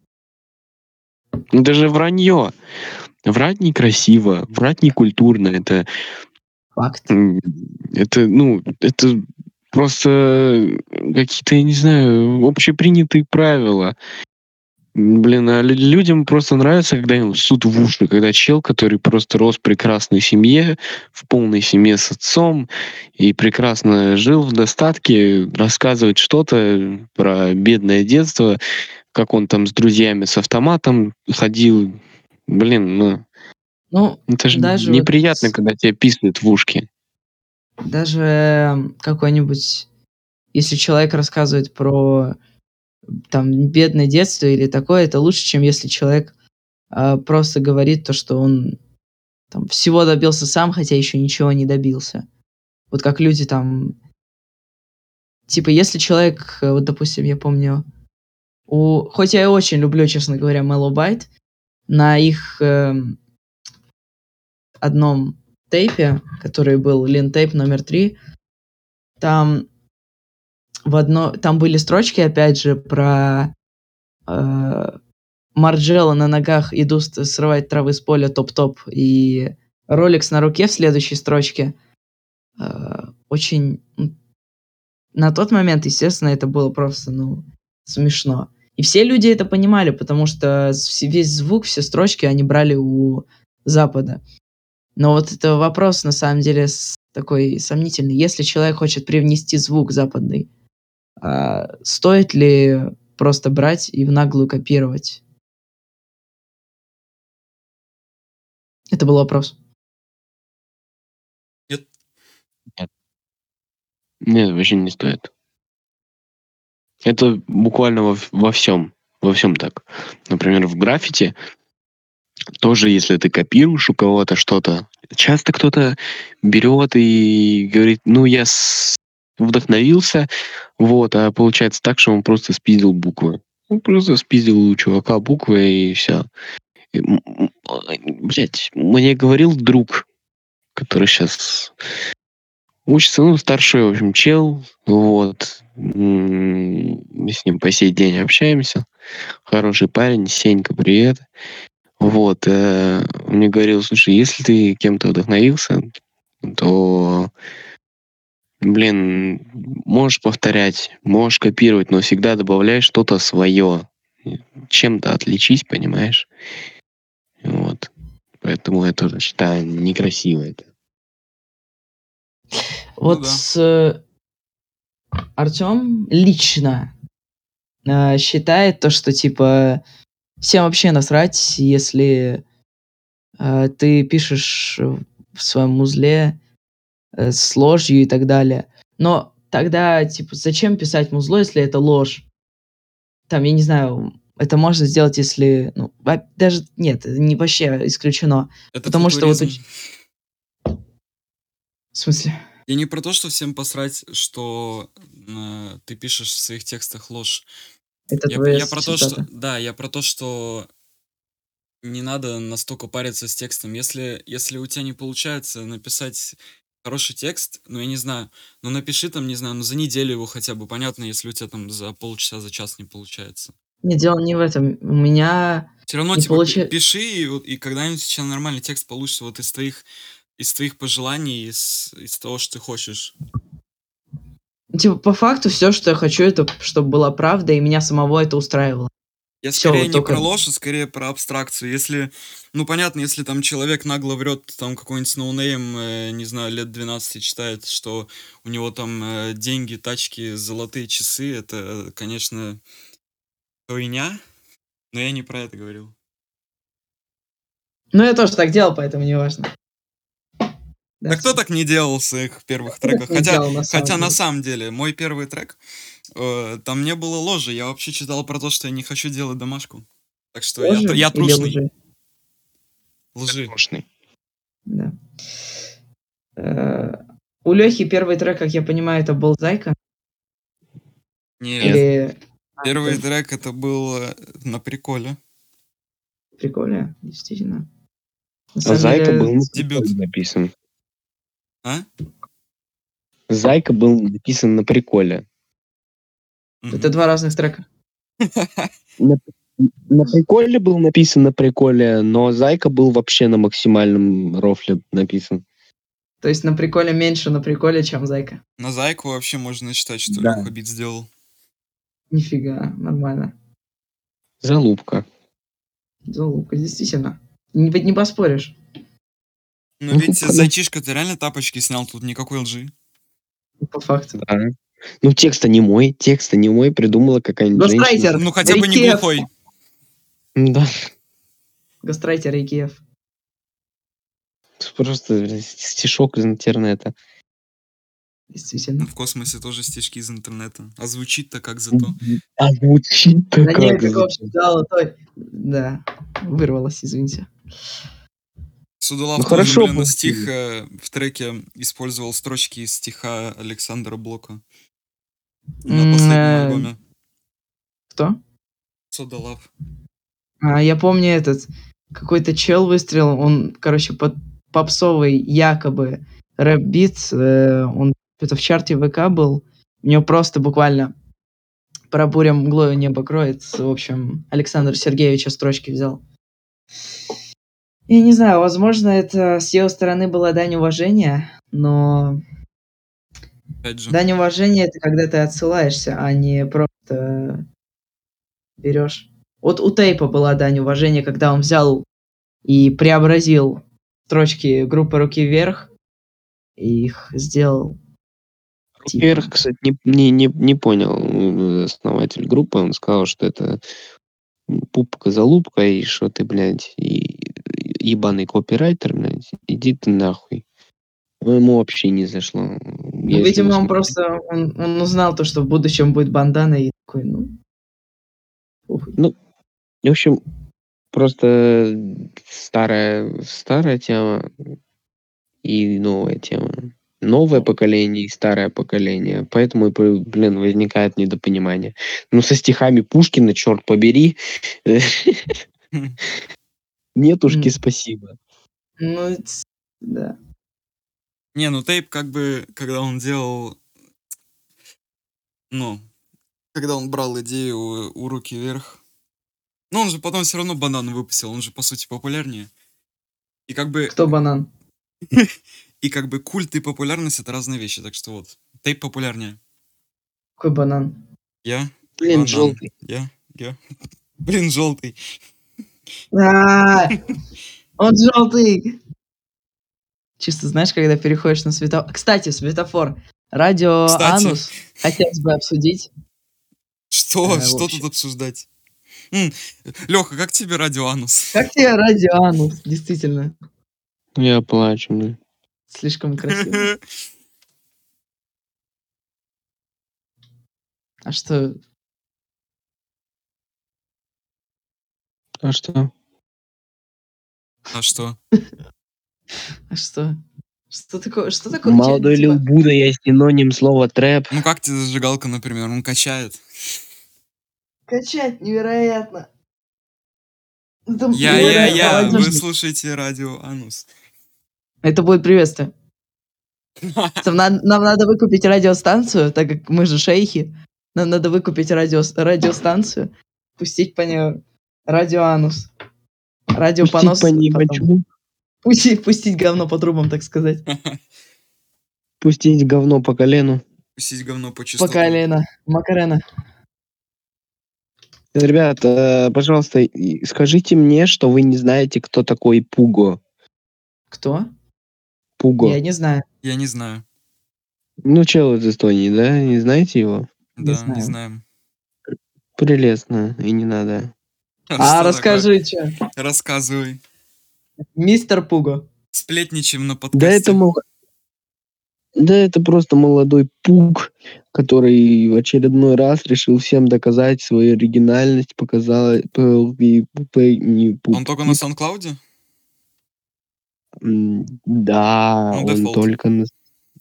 Это же вранье. Врать некрасиво, врать некультурно. Это, Факт. м, это, ну, это просто какие-то, я не знаю, общепринятые правила. М, Блин, а лю- людям просто нравится, когда им ссут в уши, когда чел, который просто рос в прекрасной семье, в полной семье с отцом и прекрасно жил в достатке, рассказывает что-то про бедное детство, как он там с друзьями с автоматом ходил. Блин, ну, Ну, это же даже вот... неприятно, когда тебе писнут в ушки. Даже м, какой-нибудь... Если человек рассказывает про там бедное детство или такое, это лучше, чем если человек а, просто говорит то, что он там всего добился сам, хотя еще ничего не добился. Вот как люди там... Типа, если человек, э, вот, допустим, я помню, у... хоть я и очень люблю, честно говоря, Mellow Byte, на их эм, одном тейпе, который был Lean Tape номер три, там в одно... там были строчки, опять же, про э, Марджелла на ногах иду с- срывать травы с поля топ-топ и Ролекс на руке в следующей строчке. Э, очень... м, На тот момент, естественно, это было просто, ну, смешно. И все люди это понимали, потому что с- весь звук, все строчки они брали у Запада. Но вот это вопрос, на самом деле, с- такой сомнительный. Если человек хочет привнести звук западный, а, стоит ли просто брать и в наглую копировать? Это был вопрос. Нет, Нет, нет, вообще не стоит. Это буквально во, в- во всем. Во всем так. Например, в граффити тоже, если ты копируешь у кого-то что-то, часто кто-то берет и говорит, ну, я с- вдохновился, вот, а получается так, что он просто спиздил буквы. Он просто спиздил у чувака буквы, и все. Блять, мне говорил друг, который сейчас учится, ну, старший, в общем, чел, вот. М, Мы с ним по сей день общаемся. Хороший парень, Сенька, привет. Вот, э, он мне говорил, слушай, если ты кем-то вдохновился, то, блин, можешь повторять, можешь копировать, но всегда добавляй что-то свое. Чем-то отличись, понимаешь? Вот. Поэтому я тоже считаю некрасиво это. ну Вот да. с Артем лично э, считает то, что типа всем вообще насрать, если э, ты пишешь в своем музле э, с ложью и так далее. Но тогда, типа, зачем писать музло, если это ложь? Там, я не знаю, это можно сделать, если... Ну, во- даже... Нет, это не вообще исключено. Это Потому что вот... футуризм. уч- В смысле? Я не про то, что всем посрать, что э, ты пишешь в своих текстах ложь. Это Я, твоя я про то, что... цитата. Да, я про то, что не надо настолько париться с текстом. Если, если у тебя не получается написать хороший текст, ну, я не знаю, ну, напиши там, не знаю, ну, за неделю его хотя бы, понятно, если у тебя там за полчаса, за час не получается. Нет, дело не в этом. У меня Все равно, не типа, пи- получается... пиши, и, вот- и когда-нибудь у тебя нормальный текст получится вот из твоих, из твоих пожеланий, из, из того, что ты хочешь. Типа, по факту, все, что я хочу, это чтобы была правда, и меня самого это устраивало. Я Все, скорее вот не только... про ложь, а скорее про абстракцию. Если, ну, понятно, если там человек нагло врет, там какой-нибудь ноунейм, э, не знаю, лет двенадцати читает, что у него там э, деньги, тачки, золотые часы, это, э, конечно, хуйня, но я не про это говорил. Ну, я тоже так делал, поэтому не важно. Да Да, кто всё. так не делал в своих первых Я так треках? не Хотя, делал, на самом хотя на деле. самом деле, мой первый трек, э, там не было ложи. Я вообще читал про то, что я не хочу делать домашку. Так что я, тр- Ложи я или трушный. лжи? Лжи. Страшный. Да. Э, У Лехи первый трек, как я понимаю, это был «Зайка». Нет. Нет. Или... А, Первый это трек это был э, на приколе. прикольно, действительно. На А самом Зайка деле, был на Дебют. приколе написан. А? Зайка был написан на приколе. Мгм. это два разных трека. На, на приколе был написан на приколе, но Зайка был вообще на максимальном рофле написан. То есть на приколе меньше на приколе, чем «Зайка». На Зайку вообще можно считать, что Да. Леха бит сделал. Нифига, нормально. Залупка. Залупка, действительно. Не, не поспоришь. Но Ну, ведь ну, Зайчишка, ты реально тапочки снял, тут никакой лжи. По факту. да. Ну, текст-то не мой, текст-то не мой, придумала какая-нибудь женщина. Гострайтер. Ну хотя бы не Рикеф. глухой. Да, Гострайтер и Киев. просто блин, стишок из интернета. Ну, Действительно. в космосе тоже стишки из интернета. А звучит-то как зато. А звучит-то Да нет, как... как за- вообще золотой. Да, вырвалось, извините. Судулав Ну тоже, хорошо блин, бы. стих э, в треке использовал строчки из стиха Александра Блока на М, последнем э, альбоме. Кто? Судулав. А, я помню этот, какой-то чел выстрелил, он, короче, под попсовый якобы рэп-бит, э, он это в чарте ВК был, у него просто буквально «Про буря мглою небо кроет», в общем, Александр Сергеевича строчки взял. Я не знаю, возможно, это с его стороны была дань уважения, но Опять же. дань уважения — это когда ты отсылаешься, а не просто берешь. Вот у Тейпа была дань уважения, когда он взял и преобразил строчки группы «Руки вверх» и их сделал типа... Вверх, кстати, не, не, не, не понял э, основатель группы. Он сказал, что это пупка-залупка, и что ты, блядь, и, ебаный копирайтер, блядь, иди ты нахуй. Ну, ему вообще не зашло. Ну, Если видимо, вы он смотрите. просто... Он, он узнал то, что в будущем будет бандана, и такой, ну... Похуй. Ну, в общем, просто старая, старая тема и новая тема. Новое поколение и старое поколение. Поэтому, и, блин, возникает недопонимание. Ну, со стихами Пушкина, черт побери. Нетушки, М. спасибо. Ну, ц- да. Не, ну Тейп как бы, когда он делал, ну, когда он брал идею у, у Руки вверх, ну он же потом все равно банан выпустил, он же по сути популярнее. И как бы, Кто банан? и как бы культ и популярность это разные вещи, так что вот, Тейп популярнее. Какой банан? Я, Блин, банан, желтый. я, я, блин, желтый. А, он желтый! Чисто знаешь, когда переходишь на светофор... Кстати, светофор. Радио Кстати. Анус хотелось бы обсудить. Что, Э, в что общем. тут обсуждать? Леха, как тебе радио Анус? Как тебе радио Анус? Действительно, Я плачу, блин. слишком красиво. А что? А что? А что? А что? Что такое? Что такое? Молодой Типа, Лил Буда есть синоним слова трэп. Ну как тебе зажигалка, например, он качает? качать невероятно. Это невероятно Я-я-я, вы молодежно. слушаете радио Анус. Это будет приветствие. Нам, надо- нам надо выкупить радиостанцию, так как мы же шейхи. Нам надо выкупить радио, радиостанцию, пустить по ней радио Анус. Радиопонос. Пустить по ней потом. почему? Пустить, пустить говно по трубам, так сказать. Пустить говно по колену. Пустить говно по По частотам. колено. Макарена. Ребят, э, пожалуйста, и скажите мне, что вы не знаете, кто такой Пуго. Кто? Пуго. Я не знаю. Я не знаю. Ну, чел из Эстонии, да? Не знаете его? Не Да, знаю. не знаем. Прелестно, и не надо. А Что расскажи, что? такое? Рассказывай. Мистер Пуго. Сплетничаем на Да подкасте. это, мол... да это просто молодой пуг, который в очередной раз решил всем доказать свою оригинальность, показал... п- и п- не пуп- Он только на SoundCloud? М, Да, Ну, он дефолт. только на...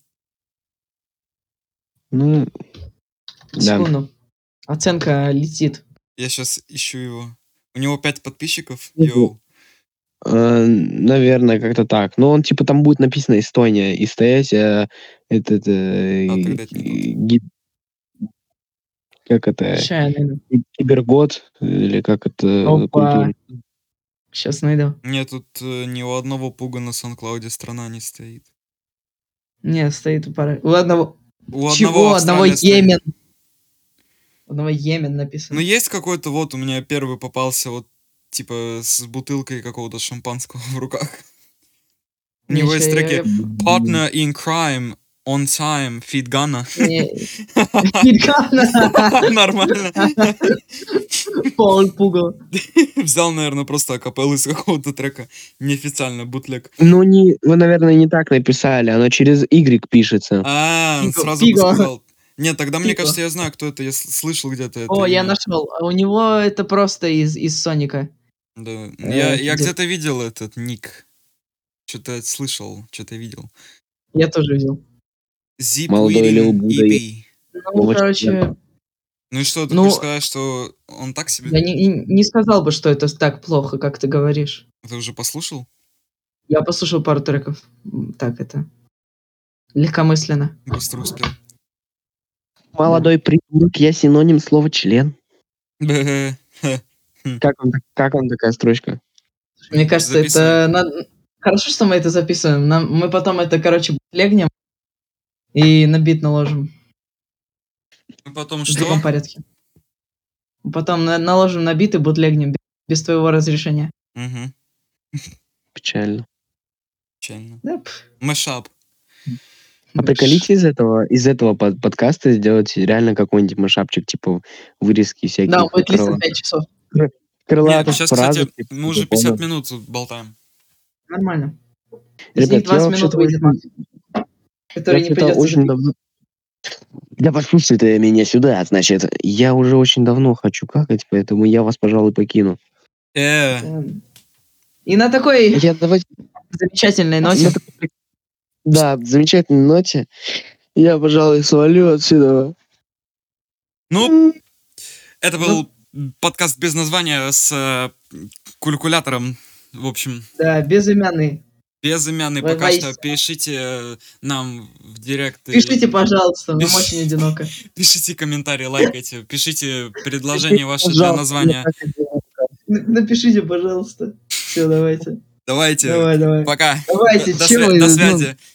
Ну, да. Секунду. Оценка летит. Я сейчас ищу его. У него пять подписчиков. Мгм. Йоу. Э, наверное, как-то так. Но он, типа, там будет написано Эстония, и стоять э, этот... э, А, тогда это не тот. ги- Как это? Ща я найду. Ки- Кибергод? Или как это? Опа. Культура? Сейчас найду. Нет, тут э, ни у одного пуга на SoundCloud страна не стоит. Не, стоит у пары. У одного... У Чего? одного Одного Австралия стоит. Йемен. У одного Йемен Ну, написано. есть какой-то, вот, у меня первый попался, вот, типа, с бутылкой какого-то шампанского в руках. У него есть Ничего, треки я- Partner in Crime, On Time, Feed Gunna. Не. Киткана. Нормально. Пол Пуго. Взял, наверное, просто акапеллу из какого-то трека. Неофициально, бутлег. Ну, не, вы, наверное, не так написали. Оно через Y пишется. А, Пиго, сразу бы Пиго. сказал. Нет, тогда мне Пиго. кажется, я знаю, кто это. Я с- слышал где-то это О, я имя. нашел. А у него это просто из, из Соника. Да. Э, Я, я где- где-то видел этот ник. Что-то слышал, что-то видел. Я тоже видел. Zip Молодой Лил Weeding Будда есть. и пи. Ну, Очень короче, Ну и что, ты ну, хочешь сказать, что он так себе? я не, не- не сказал бы, что это так плохо, как ты говоришь. Ты уже послушал? Я послушал пару треков. М, Так это. Легкомысленно. Быстро успел. Да. Молодой придурок, я синоним слова член. Бе, хе, хм. Как вам, так- как вам такая строчка? Мне кажется, Записывай. это... на- Хорошо, что мы это записываем. Нам... Мы потом это, короче, легнем и на бит наложим. Ну потом В что? другом порядке. Потом на- наложим на бит и бутлегнем бе- без твоего разрешения. Угу. Печально. Печально. Да, пф, Мэшап. А приколите из этого, из этого под- подкаста сделать реально какой-нибудь машапчик, типа вырезки всяких. Да, он будет длиться крыла- пять часов. крылатых Нет, сейчас, фразок, кстати, типа, мы уже приколов. пятьдесят минут тут болтаем. Нормально. Из Ребят, них я двадцать минут вообще-то выйдет, очень- максимум, который я не вообще-то придется очень давно... Да послушай ты меня сюда, значит, я уже очень давно хочу какать, поэтому я вас, пожалуй, покину. Э, записывать. И на такой Я давайте... замечательной на ноте. такой- Да, в замечательной ноте я, пожалуй, свалю отсюда. ну, это был подкаст без названия с э, калькулятором. В общем, Да, безымянный. безымянный. Во- Пока воистину. что пишите э, нам в директ. и- Пишите, пожалуйста, нам Пиш- очень одиноко. Пишите комментарии, лайкайте. Пишите предложение ваше для Пожалуйста, названия. я так и делаю. Н- Напишите, пожалуйста. Все, давайте. Давайте. Давай, давай. Пока. Давайте, До, до чё свя- вы, до ну, связи.